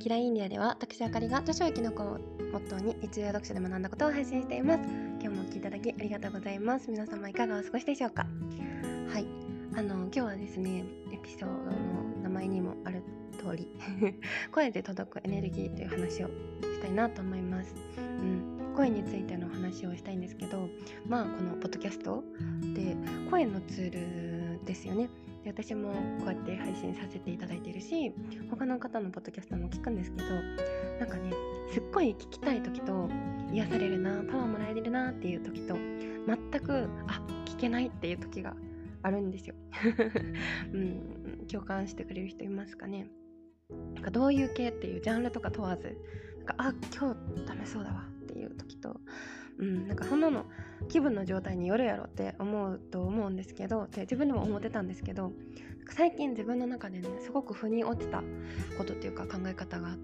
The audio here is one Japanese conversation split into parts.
キラインディアでは私あかりが著書やきのこをモットーに日常読書で学んだことを配信しています。今日もお聞きいただきありがとうございます。皆様いかがお過ごしでしょうか。はい、今日はですね、エピソードの名前にもある通り声で届くエネルギーという話をしたいなと思います。声についての話をしたいんですけど、このポッドキャストで声のツールですよね。で、私もこうやって配信させていただいているし、他の方のポッドキャストも聞くんですけど、なんかね、すっごい聞きたい時と癒されるな、パワーもらえるなっていう時と、全く聞けないっていう時があるんですよ。共感してくれる人いますかね。なんかどういう系っていうジャンルとか問わず、なんか今日ダメそうだわっていう時と、なんかそんなの気分の状態によるやろって思うと思うんですけど、で自分でも思ってたんですけど、最近自分の中でね、すごく腑に落ちたことっていうか考え方があって、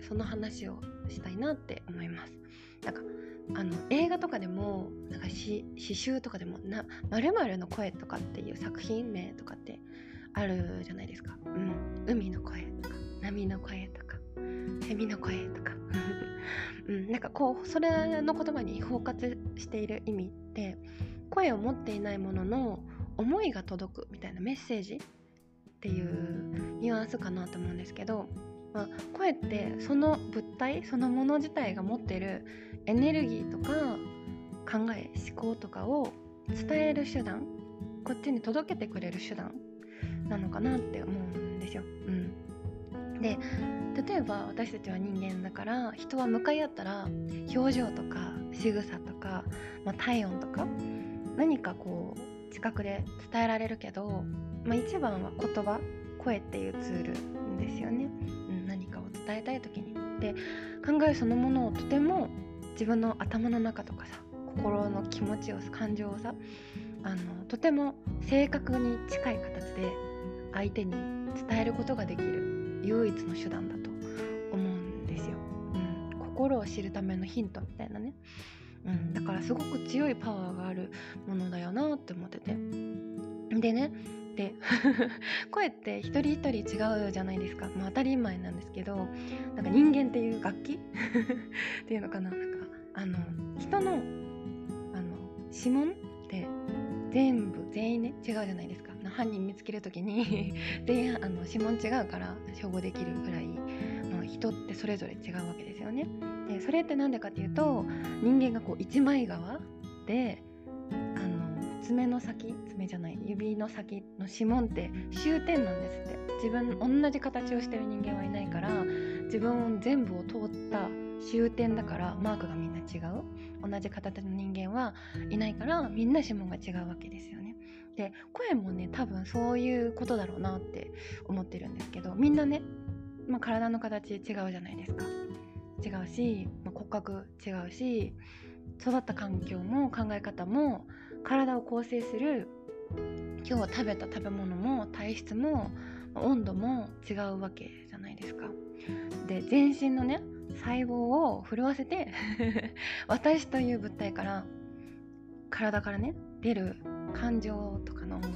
その話をしたいなって思います。なんか映画とかでもなんか詩集とかでも〇〇の声とかっていう作品名とかってあるじゃないですか。海の声とか波の声とかセミの声とかなんかこうそれの言葉に包括している意味って、声を持っていないものの思いが届くみたいなメッセージっていうニュアンスかなと思うんですけど、声ってその物体そのもの自体が持っているエネルギーとか考え思考とかを伝える手段、こっちに届けてくれる手段なのかなって思うんですよ。で、例えば私たちは人間だから、人は向かい合ったら表情とか仕草とか、体温とか何かこう近くで伝えられるけど、一番は言葉、声っていうツールですよね。何かを伝えたい時にで、考えそのものをとても自分の頭の中とかさ、心の気持ちを感情をさ、とても正確に近い形で相手に伝えることができる唯一の手段だと思うんですよ。心を知るためのヒントみたいなね。だからすごく強いパワーがあるものだよなって思ってて。でね、声って一人一人違うじゃないですか。当たり前なんですけど、なんか人間っていう楽器っていうのかな、人の指紋って全員ね違うじゃないですか。犯人見つけるときに全員指紋違うから照合できるぐらい、人ってそれぞれ違うわけですよね。でそれってなんでかっていうと、人間がこう一枚側で指の先の指紋って終点なんですって。自分同じ形をしてる人間はいないから、自分全部を通った終点だからマークがみんな違う。同じ形の人間はいないから、みんな指紋が違うわけですよね。で、声もね、多分そういうことだろうなって思ってるんですけど、みんなね、体の形違うじゃないですか。違うし、骨格違うし、育った環境も考え方も体を構成する今日食べた食べ物も体質も温度も違うわけじゃないですか。で、全身のね細胞を震わせて私という物体から体からね出る感情とかの、がこ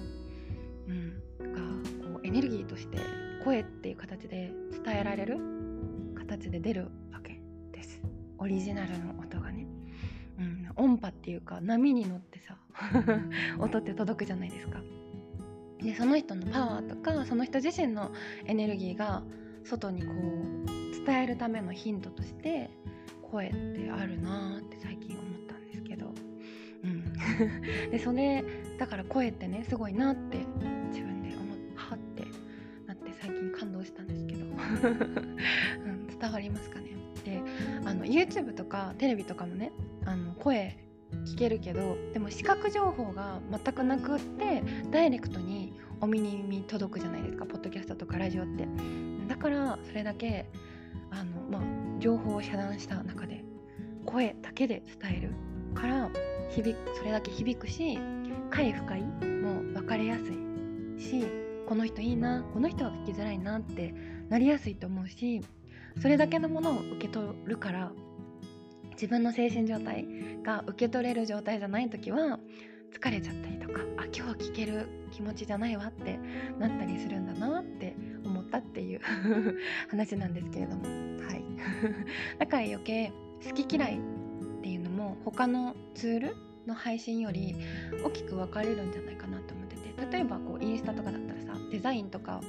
うエネルギーとして声っていう形で伝えられる形で出るわけです。オリジナルの音がね、音波っていうか波に乗ってさ音って届くじゃないですか。で、その人のパワーとかその人自身のエネルギーが外にこう伝えるためのヒントとして声ってあるなって最近思ったんですけど、でそれだから声ってねすごいなって自分ではってなって最近感動したんですけど伝わりますかね。で、YouTube とかテレビとかもね、声聞けるけど、でも視覚情報が全くなくってダイレクトにお耳に届くじゃないですか、ポッドキャストとかラジオって。だからそれだけ情報を遮断した中で声だけで伝えるからそれだけ響くし、快不快も分かりやすいし、この人いいな、この人は聞きづらいなってなりやすいと思うし、それだけのものを受け取るから、自分の精神状態が受け取れる状態じゃない時は疲れちゃったりとか、今日聞ける気持ちじゃないわってなったりするんだなって思っったっていう話なんですけれども、はいだから余計好き嫌いっていうのも他のツールの配信より大きく分かれるんじゃないかなと思ってて、例えばこうインスタとかだったらさ、デザインとか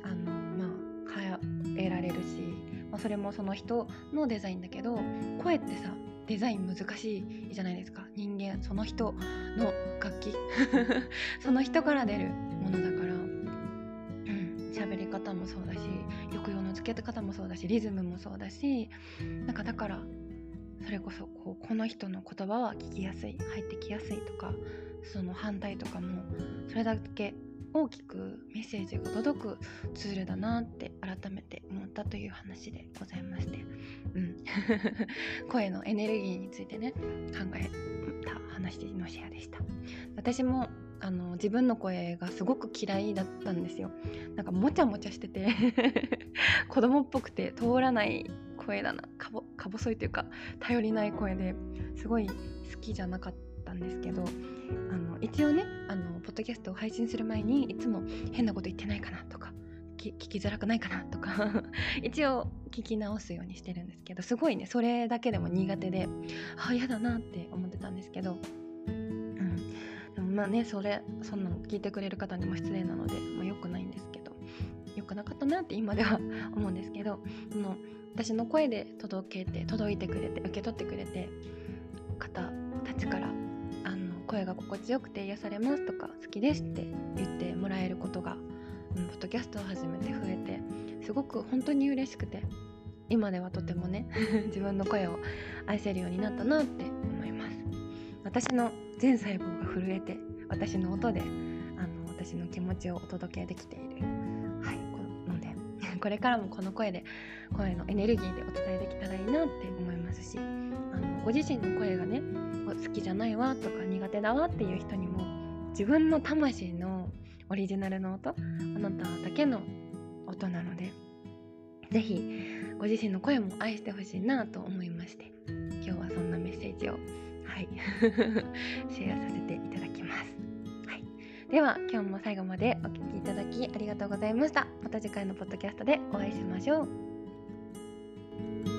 変えられるし、それもその人のデザインだけど、声ってさデザイン難しいじゃないですか。人間その人の楽器その人から出るものだから、喋り方もそうだし、抑揚のつけ方もそうだし、リズムもそうだし、だからそれこそこの人の言葉は聞きやすい、入ってきやすいとか、その反対とかもそれだけ大きくメッセージが届くツールだなって改めて思ったという話でございまして、声のエネルギーについてね考えた話のシェアでした。私も自分の声がすごく嫌いだったんですよ。もちゃもちゃしてて子供っぽくて通らない声だな、か細いというか頼りない声ですごい好きじゃなかったんですけど、一応ねポッドキャストを配信する前にいつも変なこと言ってないかなとか聞きづらくないかなとか一応聞き直すようにしてるんですけど、すごいねそれだけでも苦手で嫌だなって思ってたんですけど、でもそんなの聞いてくれる方にも失礼なので、良くないんですけど、良くなかったなって今では思うんですけど、私の声で届いてくれて受け取ってくれて方たちから声が心地よくて癒されますとか好きですって言ってもらえることが、ポッドキャストを始めて増えて、すごく本当に嬉しくて、今ではとてもね自分の声を愛せるようになったなって思います。私の全細胞が震えて、私の音で私の気持ちをお届けできている、のでこれからもこの声のエネルギーでお伝えできたらいいなって思いますし、ご自身の声がね好きじゃないわとか苦手だわっていう人にも、自分の魂のオリジナルの音、あなただけの音なので、ぜひご自身の声も愛してほしいなと思いまして、今日はそんなメッセージをシェアさせていただきます。では今日も最後までお聞きいただきありがとうございました。また次回のポッドキャストでお会いしましょう。